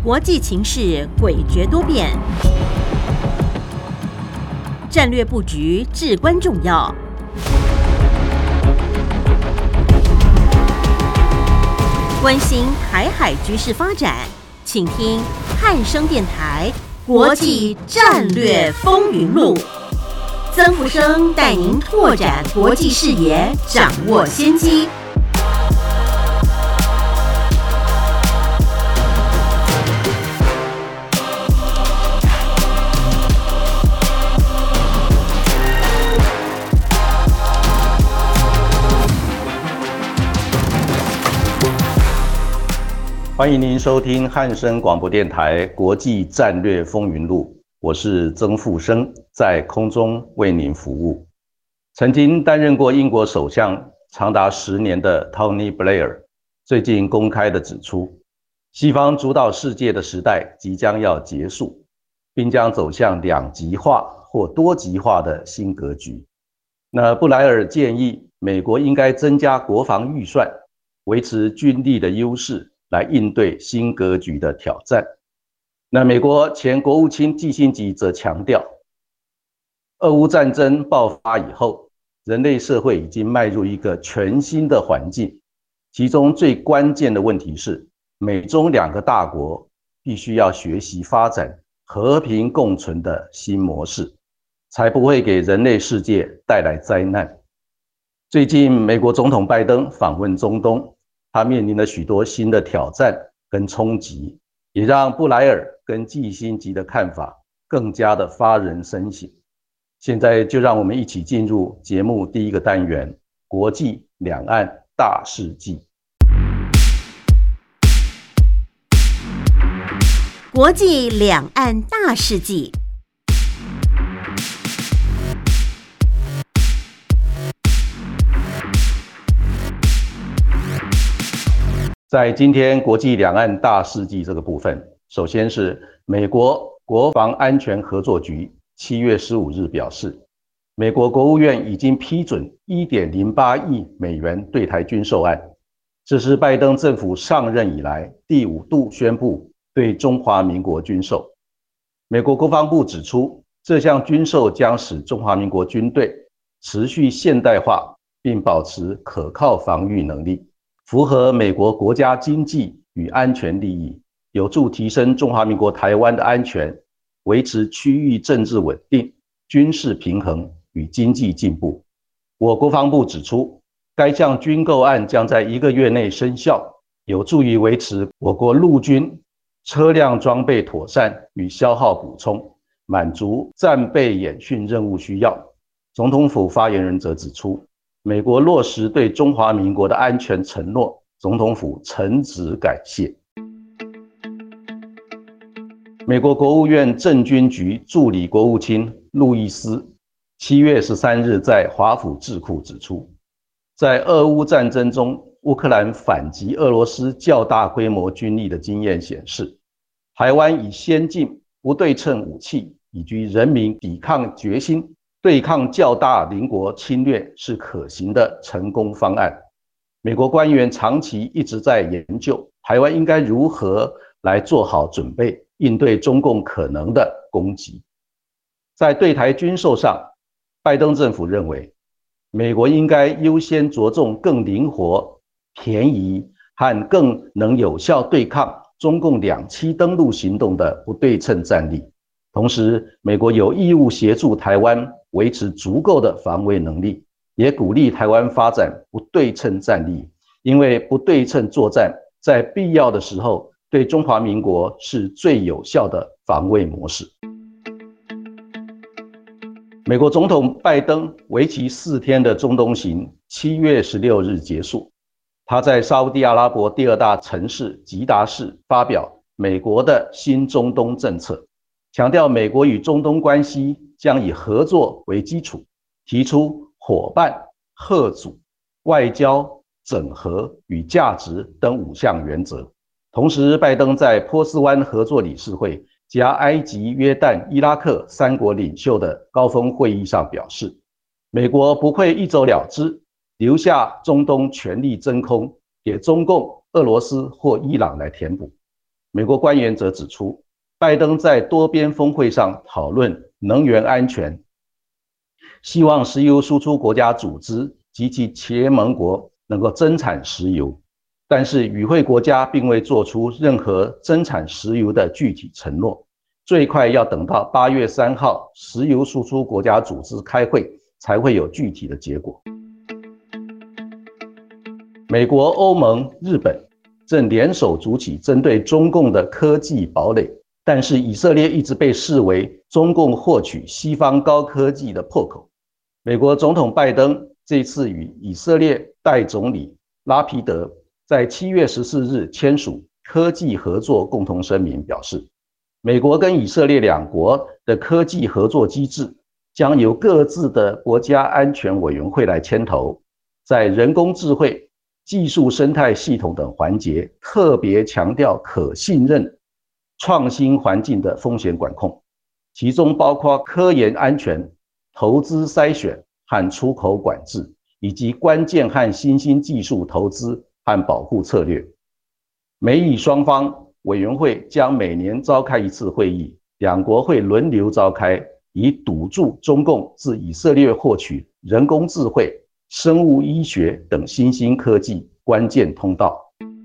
国际情势诡谲多变，战略布局至关重要。关心台海局势发展，请听汉声电台国际战略风云录。曾福生带您拓展国际视野，掌握先机。 欢迎您收听汉声广播电台国际战略风云录，我是曾富生，在空中为您服务。曾经担任过英国首相长达10年的 Tony Blair 最近公开地指出，西方主导世界的时代即将要结束，并将走向两极化或多极化的新格局。那布莱尔建议美国应该增加国防预算，维持军力的优势，来应对新格局的挑战。那美国前国务卿基辛格则强调，俄乌战争爆发以后，人类社会已经迈入一个全新的环境，其中最关键的问题是，美中两个大国必须要学习发展和平共存的新模式，才不会给人类世界带来灾难。最近美国总统拜登访问中东，他面临了许多新的挑战跟冲击，也让布莱尔跟基辛格的看法更加的发人深省。现在就让我们一起进入节目第一个单元，国际两岸大事记。 国际两岸大事记。 在今天国际两岸大事记这个部分，首先是美国国防安全合作局7月15日表示，美国国务院已经批准 1.08 亿美元对台军售案，这是拜登政府上任以来第5度宣布对中华民国军售。美国国防部指出，这项军售将使中华民国军队持续现代化，并保持可靠防御能力，符合美国国家经济与安全利益，有助提升中华民国台湾的安全，维持区域政治稳定、军事平衡与经济进步。我国防部指出，该项军购案将在1个月内生效，有助于维持我国陆军车辆装备妥善与消耗补充，满足战备演训任务需要。总统府发言人则指出，美国落实对中华民国的安全承诺，总统府诚挚感谢。美国国务院政军局助理国务卿路易斯7月13日在华府智库指出，在俄乌战争中，乌克兰反击俄罗斯较大规模军力的经验显示，台湾以先进不对称武器以及人民抵抗决心，对抗较大邻国侵略是可行的成功方案。美国官员长期一直在研究台湾应该如何来做好准备，应对中共可能的攻击。在对台军售上，拜登政府认为，美国应该优先着重更灵活、便宜和更能有效对抗中共2栖登陆行动的不对称战力。同时，美国有义务协助台湾维持足够的防卫能力，也鼓励台湾发展不对称战力，因为不对称作战在必要的时候对中华民国是最有效的防卫模式。美国总统拜登为期4天的中东行7月16日结束，他在沙烏地阿拉伯第2大城市吉达市发表美国的新中东政策，强调美国与中东关系将以合作为基础，提出伙伴、合组、外交、整合与价值等5项原则。同时，拜登在波斯湾合作理事会加埃及、约旦、伊拉克3国领袖的高峰会议上表示，美国不会一走了之，留下中东权力真空，给中共、俄罗斯或伊朗来填补。 美国官员则指出，拜登在多边峰会上讨论能源安全，希望石油输出国家组织及其结盟国能够增产石油，但是与会国家并未做出任何增产石油的具体承诺，最快要等到8月3号石油输出国家组织开会才会有具体的结果。美国、欧盟、日本正联手筑起针对中共的科技堡垒，但是以色列一直被视为中共获取西方高科技的破口。美国总统拜登这次与以色列代总理拉皮德在7月14日签署科技合作共同声明，表示美国跟以色列两国的科技合作机制将由各自的国家安全委员会来牵头，在人工智慧、技术生态系统等环节特别强调可信任、创新环境的风险管控，其中包括科研安全、投资筛选和出口管制，以及关键和新兴技术投资和保护策略。美以双方委员会将每年召开一次会议，两国会轮流召开，以堵住中共自以色列获取人工智慧、生物医学等新兴科技关键通道。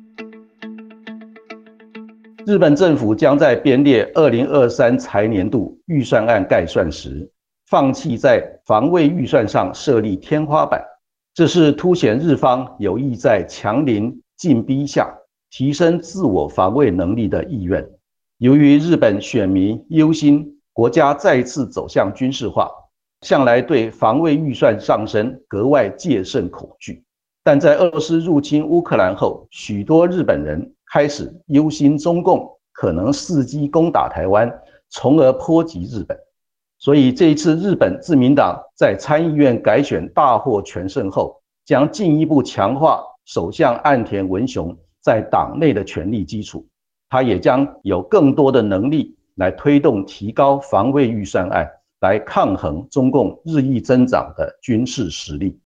日本政府将在编列2023财年度预算案概算时，放弃在防卫预算上设立天花板，这是凸显日方有意在强邻进逼下提升自我防卫能力的意愿。由于日本选民忧心国家再次走向军事化，向来对防卫预算上升格外戒慎恐惧。但在俄罗斯入侵乌克兰后，许多日本人开始忧心中共可能伺机攻打台湾，从而波及日本。所以这一次日本自民党在参议院改选大获全胜后，将进一步强化首相岸田文雄在党内的权力基础，他也将有更多的能力来推动提高防卫预算案，来抗衡中共日益增长的军事实力。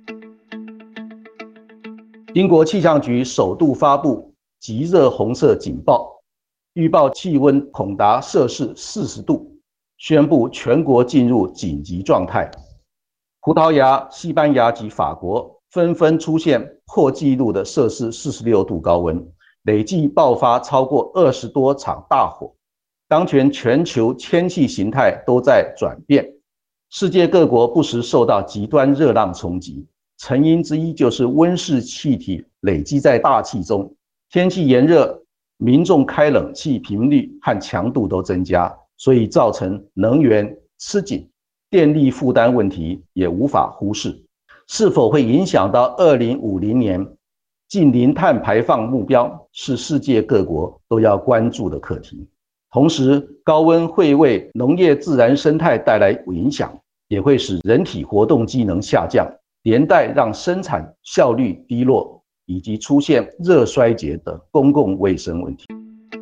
英国气象局首度发布极热红色警报，预报气温恐达摄氏40度，宣布全国进入紧急状态。葡萄牙、西班牙及法国纷纷出现破纪录的摄氏46度高温，累计爆发超过20多场大火。当前全球天气形态都在转变，世界各国不时受到极端热浪冲击，成因之一就是温室气体累积在大气中，天气炎热，民众开冷气频率和强度都增加，所以造成能源吃紧，电力负担问题也无法忽视。是否会影响到2050年净零碳排放目标，是世界各国都要关注的课题。同时，高温会为农业自然生态带来影响，也会使人体活动机能下降，连带让生产效率低落，以及出现热衰竭的公共卫生问题。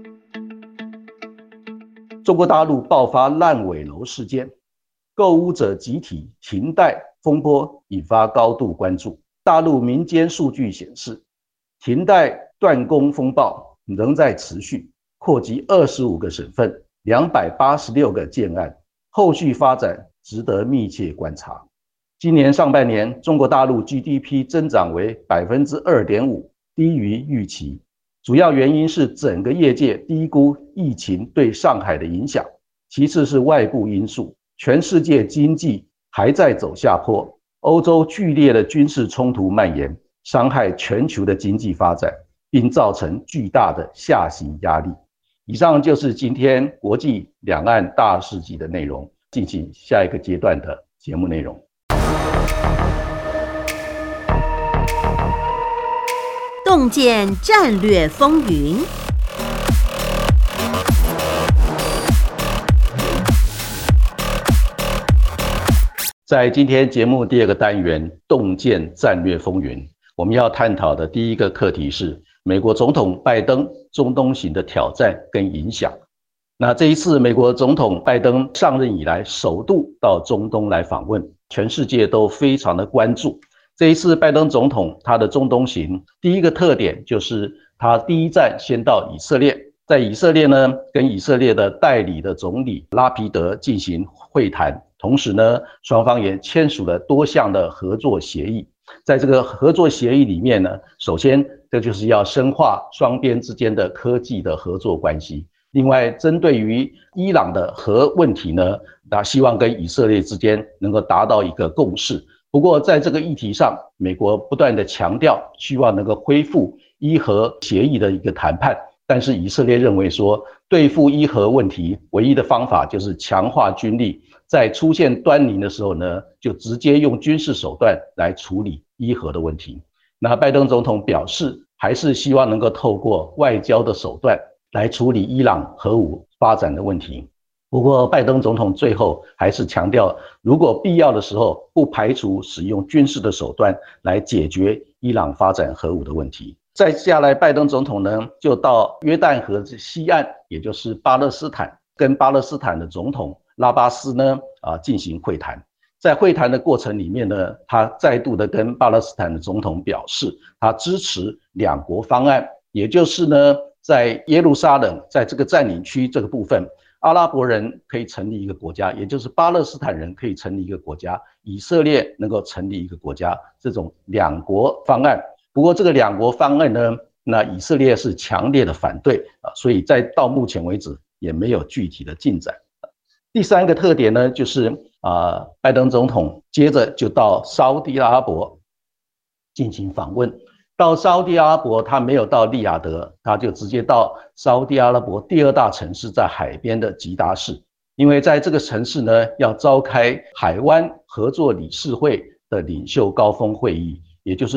中国大陆爆发烂尾楼事件，购屋者集体停贷风波引发高度关注。大陆民间数据显示，停贷断供风暴仍在持续，扩及25个省份，286个建案，后续发展值得密切观察。今年上半年，中国大陆 GDP 增长为 2.5%， 低于预期，主要原因是整个业界低估疫情对上海的影响，其次是外部因素，全世界经济还在走下坡，欧洲剧烈的军事冲突蔓延，伤害全球的经济发展，并造成巨大的下行压力。以上就是今天国际两岸大事记的内容，进行下一个阶段的节目内容。 洞见战略风云， 在今天节目第二个单元洞见战略风云，我们要探讨的第一个课题是美国总统拜登中东行的挑战跟影响。那这一次美国总统拜登上任以来首度到中东来访问，全世界都非常的关注。这一次拜登总统他的中东行第一个特点就是他第一站先到以色列， 在以色列呢，跟以色列的代理的总理拉皮德进行会谈，同时呢，双方也签署了多项的合作协议。在这个合作协议里面呢，首先这就是要深化双边之间的科技的合作关系。另外，针对于伊朗的核问题呢，希望跟以色列之间能够达到一个共识。不过，在这个议题上，美国不断的强调，希望能够恢复伊核协议的一个谈判。但是以色列认为说，对付伊核问题唯一的方法就是强化军力，在出现端倪的时候呢，就直接用军事手段来处理伊核的问题。那拜登总统表示，还是希望能够透过外交的手段来处理伊朗核武发展的问题。不过，拜登总统最后还是强调，如果必要的时候，不排除使用军事的手段来解决伊朗发展核武的问题。再下来，拜登总统呢就到约旦河西岸，也就是巴勒斯坦，跟巴勒斯坦的总统拉巴斯呢进行会谈。在会谈的过程里面呢，他再度的跟巴勒斯坦的总统表示，他支持两国方案，也就是呢，在耶路撒冷在这个占领区这个部分，阿拉伯人可以成立一个国家，也就是巴勒斯坦人可以成立一个国家，以色列能够成立一个国家，这种两国方案。不过这个两国方案呢，那以色列是强烈的反对所以到目前为止也没有具体的进展。第三个特点呢，就是拜登总统接着就到沙烏地阿拉伯进行访问。到沙烏地阿拉伯，他没有到利雅得，他就直接到沙烏地阿拉伯第二大城市，在海边的吉达市。因为在这个城市呢，要召开海湾合作理事会的领袖高峰会议，也就是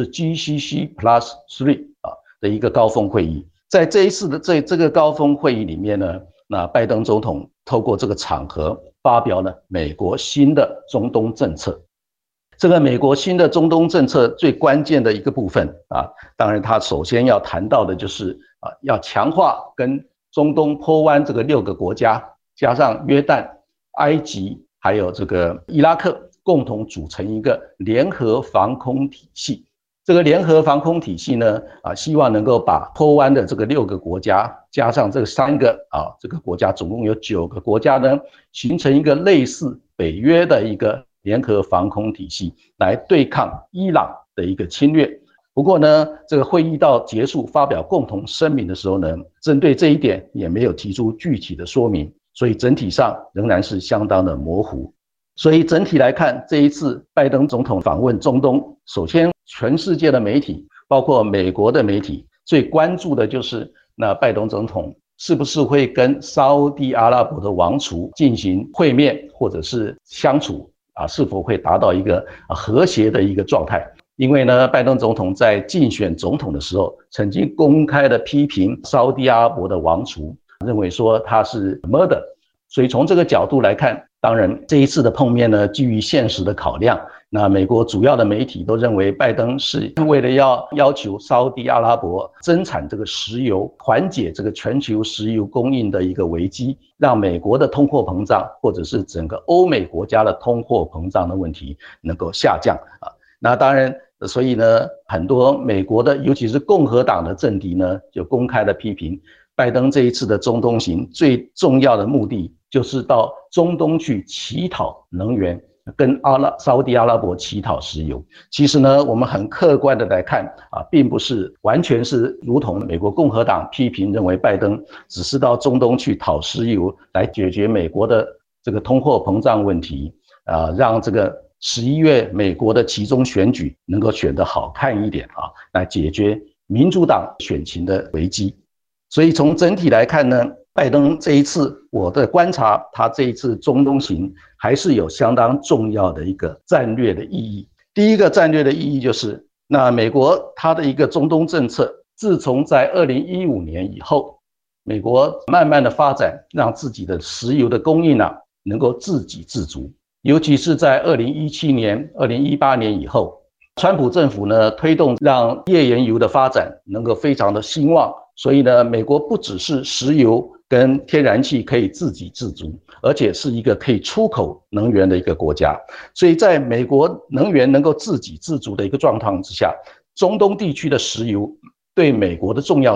GCC+3 的一个高峰会议。在这一次的这个高峰会议里面呢，那拜登总统透过这个场合发表了美国新的中东政策。这个美国新的中东政策最关键的一个部分当然他首先要谈到的就是要强化跟中东坡湾这个6个国家，加上约旦、埃及还有这个伊拉克共同组成一个联合防空体系。这个联合防空体系呢希望能够把坡湾的这个6个国家加上这3个这个国家，总共有9个国家呢，形成一个类似北约的一个联合防空体系，来对抗伊朗的一个侵略。不过呢，这个会议到结束发表共同声明的时候呢，针对这一点也没有提出具体的说明，所以整体上仍然是相当的模糊。所以整体来看，这一次拜登总统访问中东，首先全世界的媒体，包括美国的媒体，最关注的就是那拜登总统是不是会跟沙烏地阿拉伯的王储进行会面，或者是相处是否会达到一个和谐的一个状态。因为呢，拜登总统在竞选总统的时候，曾经公开的批评沙烏地阿拉伯的王储，认为说他是 murder。所以从这个角度来看，当然这一次的碰面呢，基于现实的考量，那美国主要的媒体都认为拜登是为了要求沙烏地阿拉伯增产这个石油，缓解这个全球石油供应的一个危机，让美国的通货膨胀或者是整个欧美国家的通货膨胀的问题能够下降那当然所以呢，很多美国的尤其是共和党的政敌呢，就公开的批评拜登这一次的中东行最重要的目的就是到中东去乞讨能源，跟沙烏地阿拉伯乞讨石油。其实呢，我们很客观的来看并不是完全是如同美国共和党批评，认为拜登只是到中东去讨石油来解决美国的这个通货膨胀问题让这个11月美国的期中选举能够选得好看一点来解决民主党选情的危机。所以从整体来看呢，拜登这一次我的观察，他这一次中东行还是有相当重要的一个战略的意义。第一个战略的意义就是，那美国它的一个中东政策，自从在2015年以后，美国慢慢的发展，让自己的石油的供应能够自给自足。尤其是在2017年、2018年以后，川普政府呢推动让页岩油的发展能够非常的兴旺。所以呢，美国不只是石油跟天然气可以自给自足，而且是一个可以出口能源的一个国家。所以在美国能源能够自给自足的一个状况之下，中东地区的石油对美国的重要性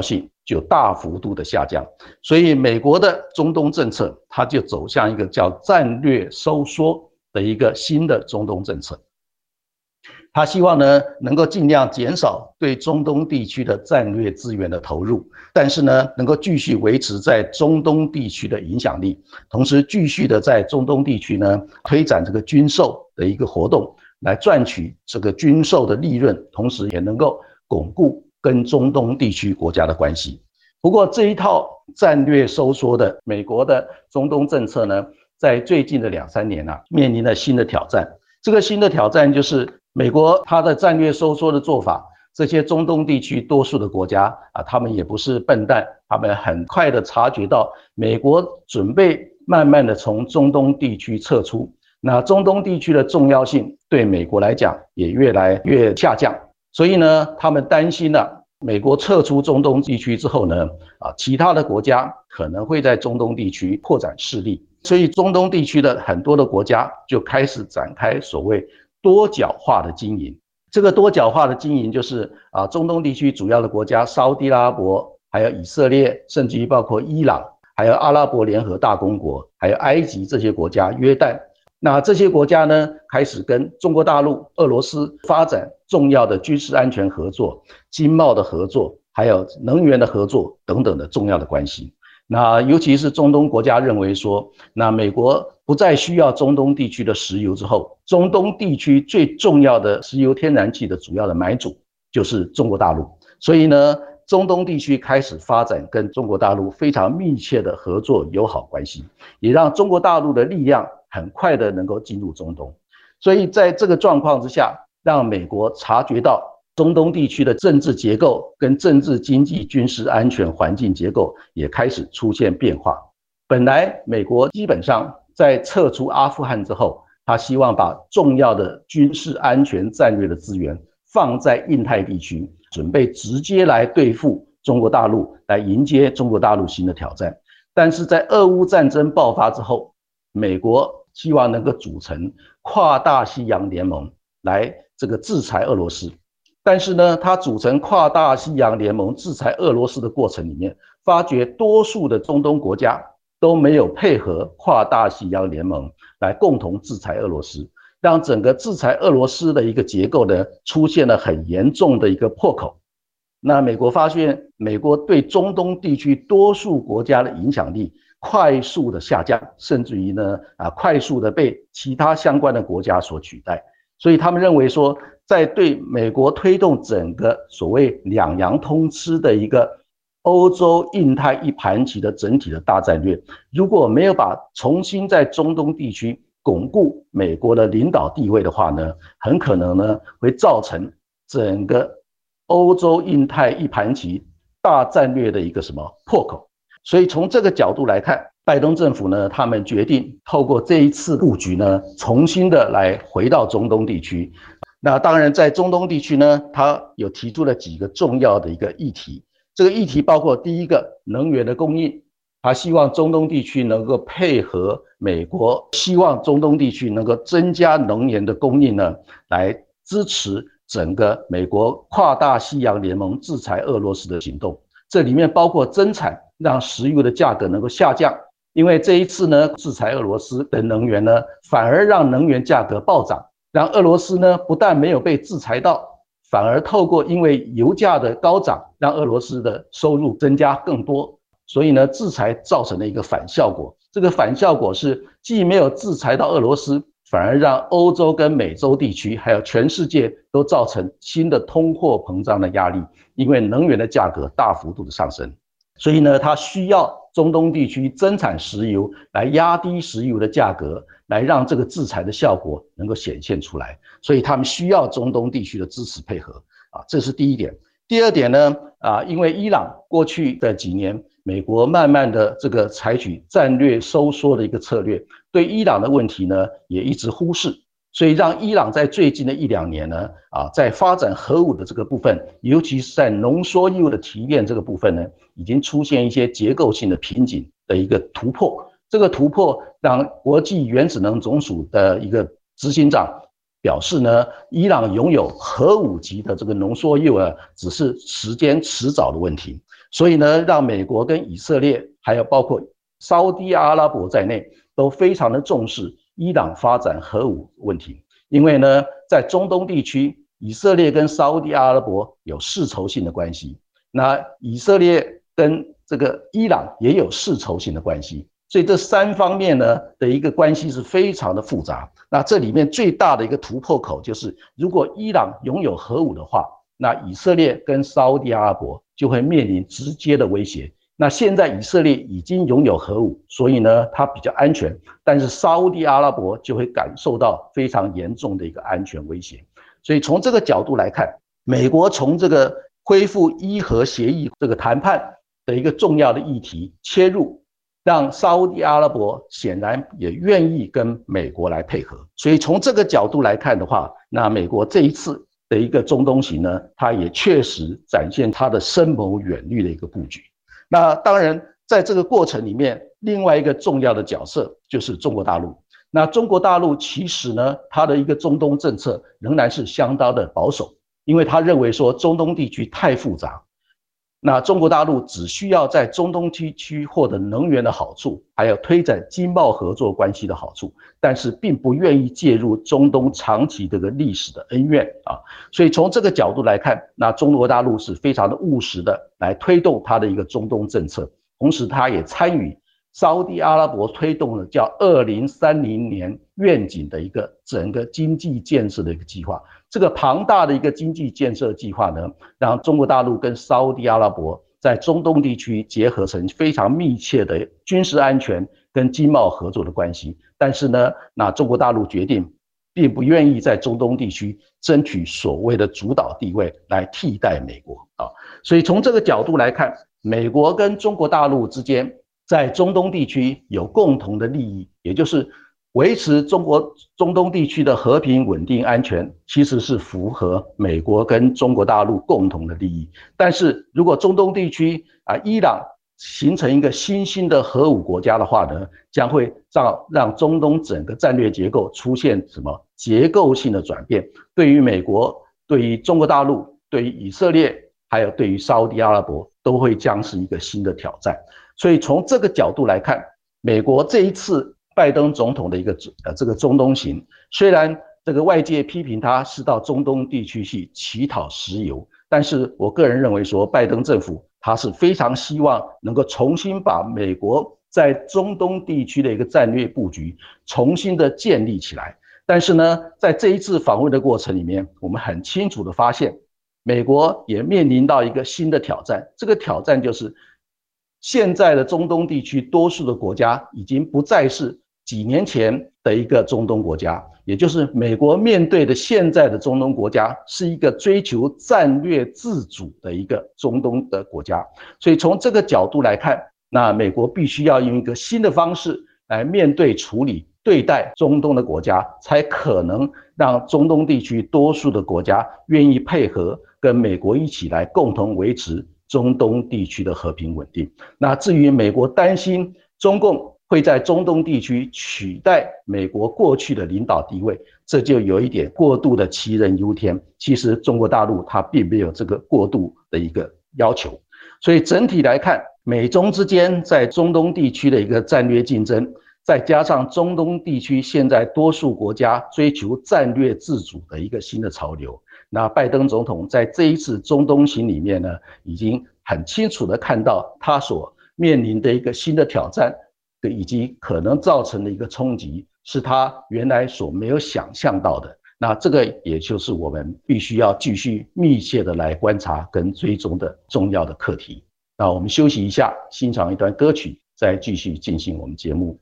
就大幅度的下降。所以美国的中东政策，它就走向一个叫战略收缩的一个新的中东政策。他希望呢能够尽量减少对中东地区的战略资源的投入，但是呢能够继续维持在中东地区的影响力，同时继续的在中东地区呢推展这个军售的一个活动，来赚取这个军售的利润，同时也能够巩固跟中东地区国家的关系。不过这一套战略收缩的美国的中东政策呢，在最近的2-3年面临了新的挑战。这个新的挑战就是美国它的战略收缩的做法，这些中东地区多数的国家他们也不是笨蛋，他们很快的察觉到美国准备慢慢的从中东地区撤出，那中东地区的重要性对美国来讲也越来越下降，所以呢他们担心美国撤出中东地区之后呢其他的国家可能会在中东地区扩展势力，所以中东地区的很多的国家就开始展开所谓多角化的经营。这个多角化的经营就是中东地区主要的国家沙烏地阿拉伯，还有以色列，甚至于包括伊朗，还有阿拉伯联合大公国，还有埃及这些国家，约旦。那这些国家呢开始跟中国大陆、俄罗斯发展重要的军事安全合作、经贸的合作，还有能源的合作等等的重要的关系。那尤其是中东国家认为说，那美国不再需要中东地区的石油之后，中东地区最重要的石油天然气的主要的买主就是中国大陆，所以呢中东地区开始发展跟中国大陆非常密切的合作友好关系，也让中国大陆的力量很快的能够进入中东。所以在这个状况之下，让美国察觉到中东地区的政治结构跟政治经济军事安全环境结构也开始出现变化。本来美国基本上在撤出阿富汗之后，他希望把重要的军事安全战略的资源放在印太地区，准备直接来对付中国大陆，来迎接中国大陆新的挑战。但是在俄乌战争爆发之后，美国希望能够组成跨大西洋联盟来这个制裁俄罗斯。但是呢，他组成跨大西洋联盟制裁俄罗斯的过程里面，发觉多数的中东国家都没有配合跨大西洋联盟来共同制裁俄罗斯，让整个制裁俄罗斯的一个结构呢出现了很严重的一个破口。那美国发现，美国对中东地区多数国家的影响力快速的下降，甚至于呢快速的被其他相关的国家所取代。所以他们认为说，在对美国推动整个所谓两洋通吃的一个欧洲印太一盘棋的整体的大战略，如果没有把重新在中东地区巩固美国的领导地位的话呢，很可能呢会造成整个欧洲印太一盘棋大战略的一个破口。所以从这个角度来看，拜登政府呢，他们决定透过这一次布局呢，重新的来回到中东地区。那当然在中东地区呢，他有提出了几个重要的一个议题。这个议题包括第一个，能源的供应，他希望中东地区能够配合美国，希望中东地区能够增加能源的供应呢，来支持整个美国跨大西洋联盟制裁俄罗斯的行动。这里面包括增产，让石油的价格能够下降，因为这一次呢，制裁俄罗斯的能源呢，反而让能源价格暴涨，让俄罗斯呢不但没有被制裁到，反而透过因为油价的高涨，让俄罗斯的收入增加更多。所以呢，制裁造成了一个反效果。这个反效果是既没有制裁到俄罗斯，反而让欧洲跟美洲地区还有全世界都造成新的通货膨胀的压力，因为能源的价格大幅度的上升。所以呢，它需要中东地区增产石油来压低石油的价格，来让这个制裁的效果能够显现出来。所以他们需要中东地区的支持配合这是第一点。第二点呢因为伊朗过去的几年，美国慢慢的这个采取战略收缩的一个策略，对伊朗的问题呢也一直忽视，所以让伊朗在最近的1-2年呢在发展核武的这个部分，尤其是在浓缩铀的提炼这个部分呢，已经出现一些结构性的瓶颈的一个突破。这个突破让国际原子能总署的一个执行长表示呢，伊朗拥有核武级的这个浓缩铀只是时间迟早的问题。 所以呢，让美国跟以色列还有包括沙地阿拉伯在内都非常的重视伊朗发展核武问题。因为呢，在中东地区，以色列跟沙地阿拉伯有世仇性的关系，那以色列跟这个伊朗也有世仇性的关系，所以这三方面呢的一个关系是非常的复杂。那这里面最大的一个突破口就是，如果伊朗拥有核武的话，那以色列跟沙地阿拉伯就会面临直接的威胁。那现在以色列已经拥有核武，所以呢它比较安全，但是沙地阿拉伯就会感受到非常严重的一个安全威胁。所以从这个角度来看，美国从这个恢复伊核协议这个谈判的一个重要的议题切入，让沙地阿拉伯显然也愿意跟美国来配合。所以从这个角度来看的话，那美国这一次的一个中东行呢，它也确实展现它的深谋远虑的一个布局。那当然在这个过程里面，另外一个重要的角色就是中国大陆。那中国大陆其实呢，它的一个中东政策仍然是相当的保守，因为他认为说中东地区太复杂，那中国大陆只需要在中东地区获得能源的好处，还有推展经贸合作关系的好处，但是并不愿意介入中东长期这个历史的恩怨啊。所以从这个角度来看，那中国大陆是非常的务实的来推动它的一个中东政策，同时它也参与沙地阿拉伯推动了叫2030年愿景的一个整个经济建设的一个计划。这个庞大的一个经济建设计划呢，让中国大陆跟沙地阿拉伯在中东地区结合成非常密切的军事安全跟经贸合作的关系。但是呢，那中国大陆决定并不愿意在中东地区争取所谓的主导地位来替代美国啊。所以从这个角度来看，美国跟中国大陆之间在中东地区有共同的利益，也就是维持中东地区的和平、稳定、安全，其实是符合美国跟中国大陆共同的利益。但是如果中东地区伊朗形成一个新兴的核武国家的话呢，将会让中东整个战略结构出现什么结构性的转变，对于美国、对于中国大陆、对于以色列，还有对于沙地阿拉伯，都会将是一个新的挑战。所以从这个角度来看，美国这一次拜登总统的一个这个中东行，虽然这个外界批评他是到中东地区去乞讨石油，但是我个人认为说，拜登政府他是非常希望能够重新把美国在中东地区的一个战略布局重新的建立起来。但是呢，在这一次访问的过程里面，我们很清楚的发现，美国也面临到一个新的挑战，这个挑战就是现在的中东地区多数的国家已经不再是几年前的一个中东国家，也就是美国面对的现在的中东国家是一个追求战略自主的一个中东的国家。所以从这个角度来看，那美国必须要用一个新的方式来面对处理对待中东的国家，才可能让中东地区多数的国家愿意配合跟美国一起来共同维持中东地区的和平稳定。那至于美国担心中共会在中东地区取代美国过去的领导地位，这就有一点过度的杞人忧天。其实中国大陆它并没有这个过度的一个要求。所以整体来看，美中之间在中东地区的一个战略竞争，再加上中东地区现在多数国家追求战略自主的一个新的潮流，那拜登总统在这一次中东行里面呢，已经很清楚的看到他所面临的一个新的挑战，以及可能造成的一个冲击，是他原来所没有想象到的。那这个也就是我们必须要继续密切的来观察跟追踪的重要的课题。那我们休息一下，欣赏一段歌曲，再继续进行我们节目。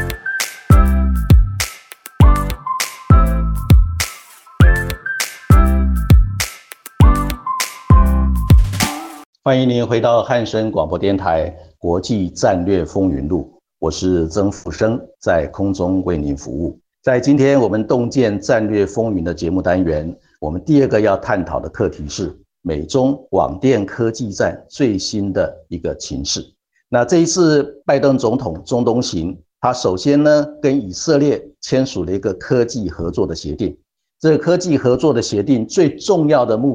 欢迎您回到汉声广播电台国际战略风云录，我是曾福生，在空中为您服务。在今天我们洞见战略风云的节目单元，我们第二个要探讨的课题是美中网电科技战最新的一个情势。那这一次拜登总统中东行，他首先呢跟以色列签署了一个科技合作的协定。这个科技合作的协定最重要的目的，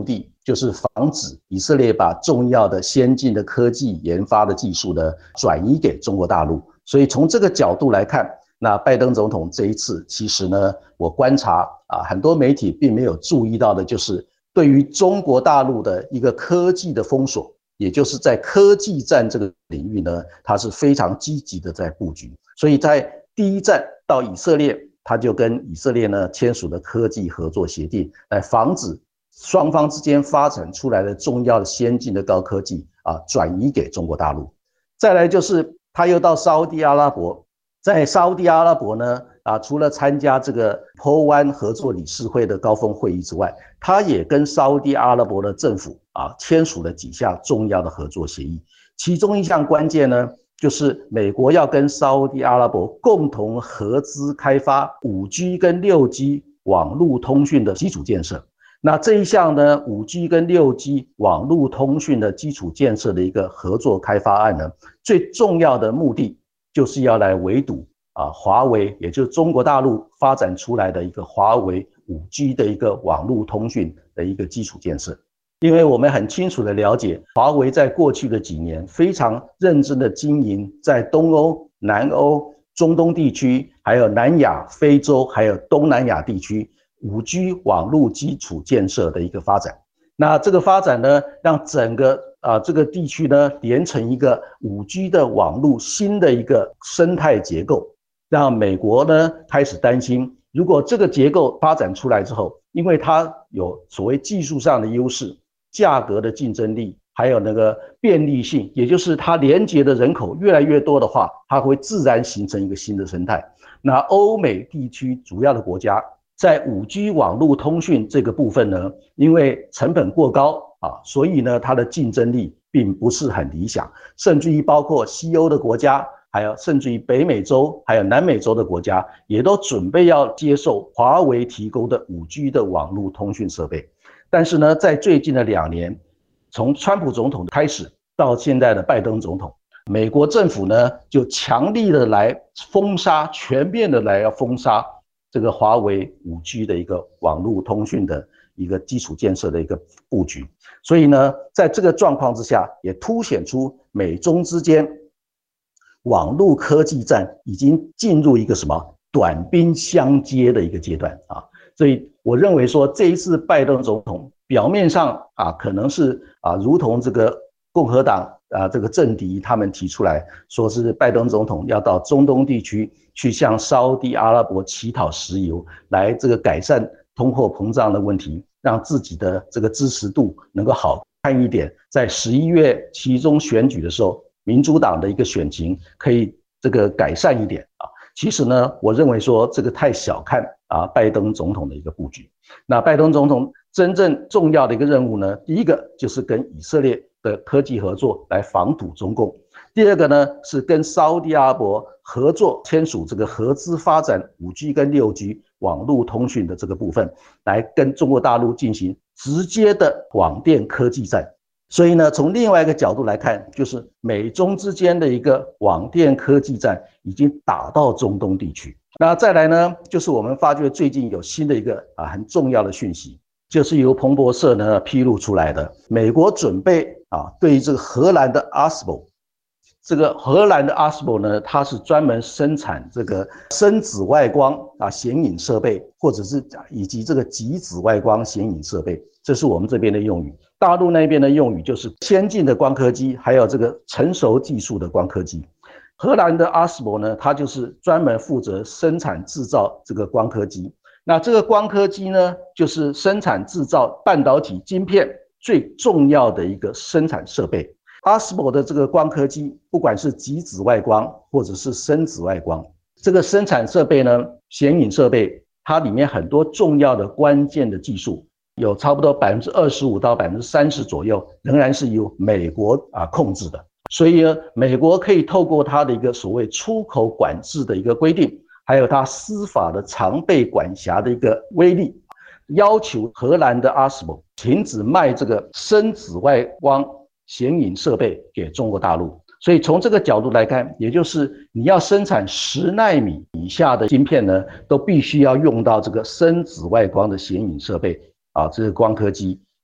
就是防止以色列把重要的先进的科技研发的技术呢转移给中国大陆。所以从这个角度来看，那拜登总统这一次其实呢，我观察很多媒体并没有注意到的就是对于中国大陆的一个科技的封锁，也就是在科技战这个领域呢，它是非常积极的在布局。所以在第一站到以色列，他就跟以色列呢签署了科技合作协定，来防止双方之间发展出来的重要的先进的高科技转移给中国大陆。再来就是他又到沙烏地阿拉伯，在沙烏地阿拉伯呢除了参加这个波湾合作理事会的高峰会议之外，他也跟沙烏地阿拉伯的政府签署了几项重要的合作协议。其中一项关键呢，就是美国要跟沙烏地阿拉伯共同合资开发 5G 跟 6G 网络通讯的基础建设。那这一项呢 5G 跟 6G 网络通讯的基础建设的一个合作开发案呢，最重要的目的就是要来围堵华为，也就是中国大陆发展出来的一个华为 5G 的一个网络通讯的一个基础建设。因为我们很清楚的了解，华为在过去的几年非常认真的经营在东欧、南欧、中东地区，还有南亚、非洲，还有东南亚地区 5G 网络基础建设的一个发展。那这个发展呢，让整个这个地区呢连成一个 5G 的网络新的一个生态结构，让美国呢开始担心，如果这个结构发展出来之后，因为它有所谓技术上的优势、价格的竞争力，还有那个便利性，也就是它连接的人口越来越多的话，它会自然形成一个新的生态。那欧美地区主要的国家在 5G 网络通讯这个部分呢，因为成本过高所以呢它的竞争力并不是很理想，甚至于包括西欧的国家，还有甚至于北美洲还有南美洲的国家，也都准备要接受华为提供的 5G 的网络通讯设备。但是呢，在最近的2年，从川普总统开始到现在的拜登总统，美国政府呢就强力的来封杀，全面的来要封杀这个华为 5G 的一个网络通讯的一个基础建设的一个布局。所以呢，在这个状况之下，也凸显出美中之间网络科技战已经进入一个什么短兵相接的一个阶段所以我认为说，这一次拜登总统表面上可能是如同这个共和党这个政敌他们提出来说是拜登总统要到中东地区去向沙烏地阿拉伯乞讨石油，来这个改善通货膨胀的问题，让自己的这个支持度能够好看一点，在11月期中选举的时候，民主党的一个选情可以这个改善一点其实呢，我认为说这个太小看拜登总统的一个布局。那拜登总统真正重要的一个任务呢，第一个就是跟以色列的科技合作来防堵中共，第二个呢是跟沙烏地阿拉伯合作签署这个合资发展 5G 跟 6G 网络通讯的这个部分，来跟中国大陆进行直接的网电科技战。所以呢，从另外一个角度来看，就是美中之间的一个网电科技战已经打到中东地区。那再来呢，就是我们发觉最近有新的一个很重要的讯息，就是由彭博社呢披露出来的，美国准备对于这个荷兰的 ASML， 这个荷兰的 ASML 呢，它是专门生产这个深紫外光显影设备，或者是以及这个极紫外光显影设备，这是我们这边的用语。大陆那边的用语就是先进的光刻机，还有这个成熟技术的光刻机。荷兰的 ASML 呢，它就是专门负责生产制造这个光刻机。那这个光刻机呢，就是生产制造半导体晶片最重要的一个生产设备。ASML 的这个光刻机，不管是极紫外光或者是深紫外光，这个生产设备呢，显影设备，它里面很多重要的关键的技术，有差不多 25% 到 30% 左右仍然是由美国控制的。所以呢，美国可以透过它的一个所谓出口管制的一个规定，还有它司法的常备管辖的一个威力，要求荷兰的 ASML 停止卖这个深紫外光显影设备给中国大陆。所以从这个角度来看，也就是你要生产10奈米以下的晶片呢，都必须要用到这个深紫外光的显影设备这个光刻机。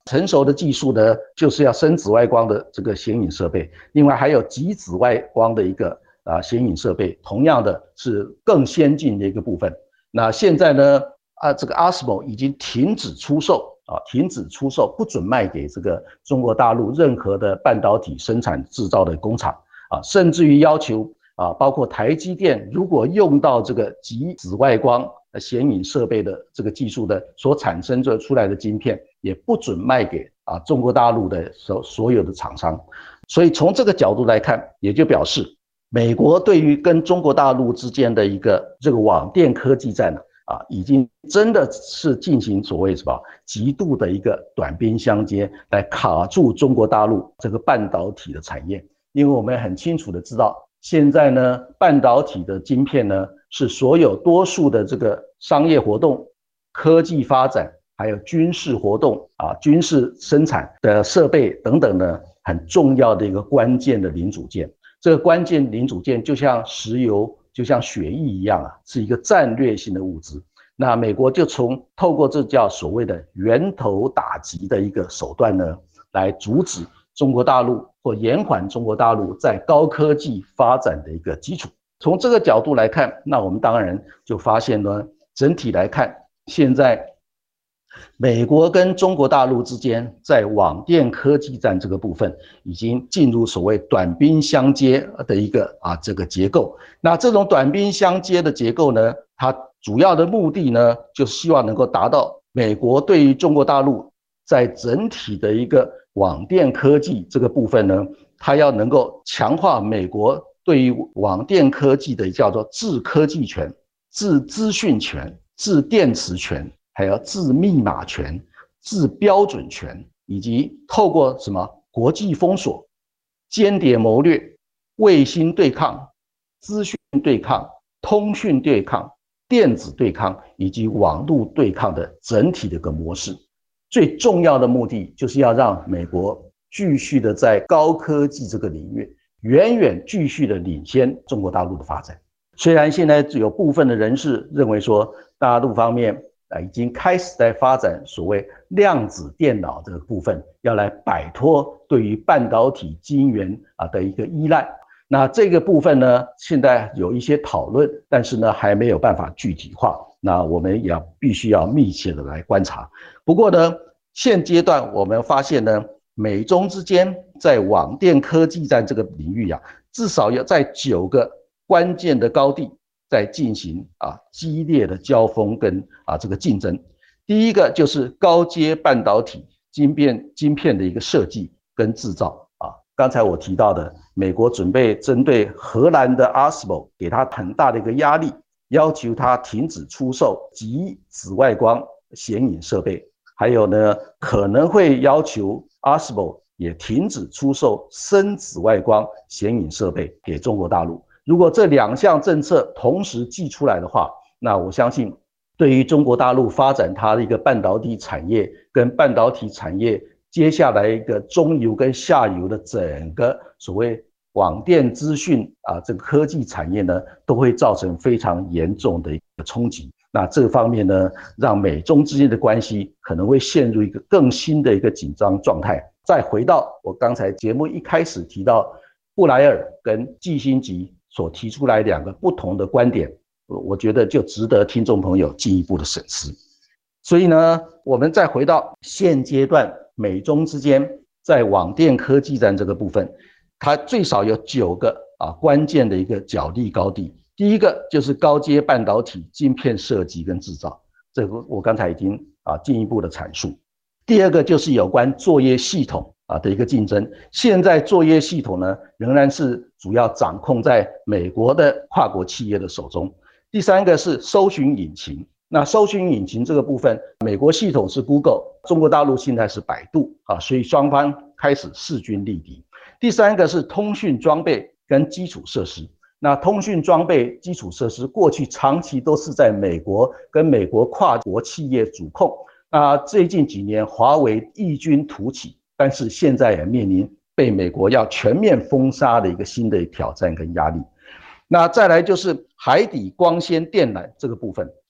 成熟的技术呢，就是要深紫外光的这个显影设备，另外还有极紫外光的一个显影设备，同样的是更先进的一个部分。那现在呢，这个 ASML 已经停止出售，不准卖给这个中国大陆任何的半导体生产制造的工厂甚至于要求包括台积电如果用到这个极紫外光显影设备的这个技术的所产生出来的晶片，也不准卖给中国大陆的所有的厂商。所以从这个角度来看，也就表示美国对于跟中国大陆之间的一个这个网电科技战已经真的是进行所谓什么极度的一个短兵相接，来卡住中国大陆这个半导体的产业。因为我们很清楚的知道，现在呢，半导体的晶片呢，是所有多数的这个商业活动、科技发展，还有军事活动军事生产的设备等等呢，很重要的一个关键的零组件。这个关键零组件就像石油、就像血液一样是一个战略性的物质。那美国就透过这叫所谓的源头打击的一个手段呢，来阻止中国大陆或延缓中国大陆在高科技发展的一个基础。从这个角度来看，那我们当然就发现呢，整体来看，现在美国跟中国大陆之间在网电科技战这个部分，已经进入所谓短兵相接的一个这个结构。那这种短兵相接的结构呢，它主要的目的呢，就是希望能够达到美国对于中国大陆在整体的一个网电科技这个部分呢，它要能够强化美国对于网电科技的叫做自科技权、自资讯权、自电池权，还有自密码权、自标准权，以及透过什么国际封锁、间谍谋略、卫星对抗、资讯对抗、通讯对抗、电子对抗以及网络对抗的整体的一个模式。最重要的目的就是要让美国继续的在高科技这个领域远远继续的领先中国大陆的发展。虽然现在有部分的人士认为说，大陆方面已经开始在发展所谓量子电脑这个部分，要来摆脱对于半导体晶圆的一个依赖。那这个部分呢，现在有一些讨论，但是呢还没有办法具体化。那我们也必须要密切的来观察。不过呢，现阶段我们发现呢，美中之间在网电科技战这个领域至少要在9个关键的高地在进行激烈的交锋跟这个竞争。第一个就是高阶半导体晶片的一个设计跟制造刚才我提到的，美国准备针对荷兰的 ASML 给他很大的一个压力，要求他停止出售极紫外光显影设备，还有呢，可能会要求 ASML 也停止出售深紫外光显影设备给中国大陆。如果这2项政策同时祭出来的话，那我相信对于中国大陆发展它的一个半导体产业跟半导体产业接下来一个中游跟下游的整个所谓网电资讯这个科技产业呢，都会造成非常严重的一个冲击。那这方面呢，让美中之间的关系可能会陷入一个更新的一个紧张状态。再回到我刚才节目一开始提到布莱尔跟季辛吉所提出来2个不同的观点，我觉得就值得听众朋友进一步的审视。所以呢，我们再回到现阶段美中之间在网电科技战这个部分，它最少有9个关键的一个角力高地。第一个就是高阶半导体晶片设计跟制造，这个我刚才已经进一步的阐述。第二个就是有关作业系统的一个竞争，现在作业系统呢仍然是主要掌控在美国的跨国企业的手中。第三个是搜寻引擎，那搜寻引擎这个部分，美国系统是 Google， 中国大陆现在是百度所以双方开始势均力敌。第三个是通讯装备跟基础设施，那通讯装备基础设施过去长期都是在美国跟美国跨国企业主控，最近几年华为异军突起，但是现在也面临被美国要全面封杀的一个新的挑战跟压力。那再来就是海底光纤电缆这个部分，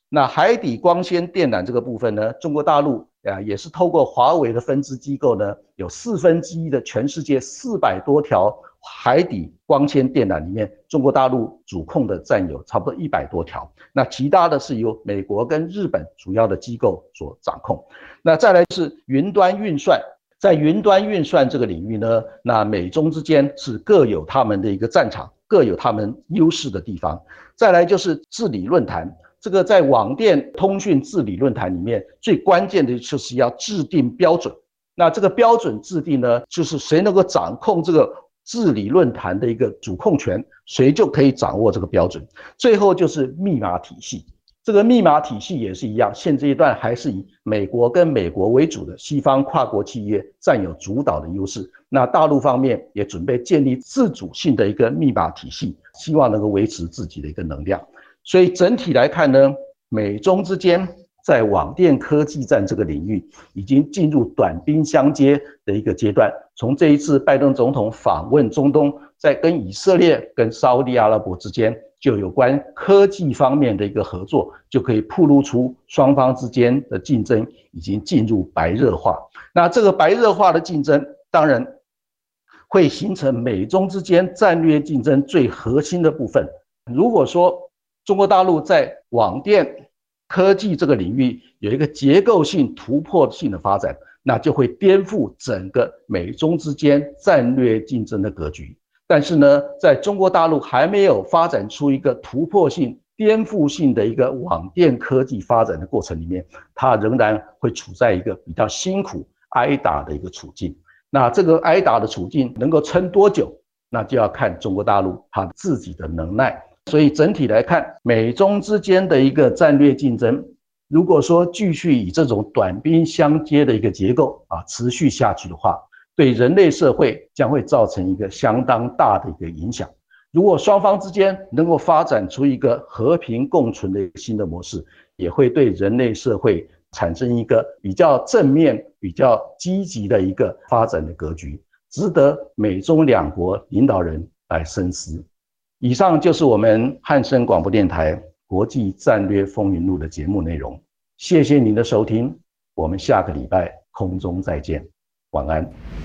那海底光纤电缆这个部分呢，中国大陆也是透过华为的分支机构呢，有1/4的全世界400多条海底光纤电缆里面，中国大陆主控的占有差不多100多条，那其他的是由美国跟日本主要的机构所掌控。那再来是云端运算，在云端运算这个领域呢，那美中之间是各有他们的一个战场，各有他们优势的地方。再来就是治理论坛，这个在网电通讯治理论坛里面，最关键的就是要制定标准。那这个标准制定呢，就是谁能够掌控这个治理论坛的一个主控权，谁就可以掌握这个标准。最后就是密码体系，这个密码体系也是一样，现阶段还是以美国跟美国为主的西方跨国企业占有主导的优势。那大陆方面也准备建立自主性的一个密码体系，希望能够维持自己的一个能量。所以整体来看呢，美中之间在网电科技战这个领域已经进入短兵相接的一个阶段。从这一次拜登总统访问中东，在跟以色列跟沙烏地阿拉伯之间就有关科技方面的一个合作，就可以暴露出双方之间的竞争已经进入白热化。那这个白热化的竞争当然会形成美中之间战略竞争最核心的部分。如果说中国大陆在网电科技这个领域有一个结构性突破性的发展，那就会颠覆整个美中之间战略竞争的格局。但是呢，在中国大陆还没有发展出一个突破性、颠覆性的一个网电科技发展的过程里面，它仍然会处在一个比较辛苦、挨打的一个处境。那这个挨打的处境能够撑多久，那就要看中国大陆它自己的能耐。所以整体来看，美中之间的一个战略竞争，如果说继续以这种短兵相接的一个结构持续下去的话，对人类社会将会造成一个相当大的一个影响。如果双方之间能够发展出一个和平共存的新的模式，也会对人类社会产生一个比较正面、比较积极的一个发展的格局，值得美中两国领导人来深思。以上就是我们汉声广播电台国际战略风云录的节目内容，谢谢您的收听，我们下个礼拜空中再见，晚安。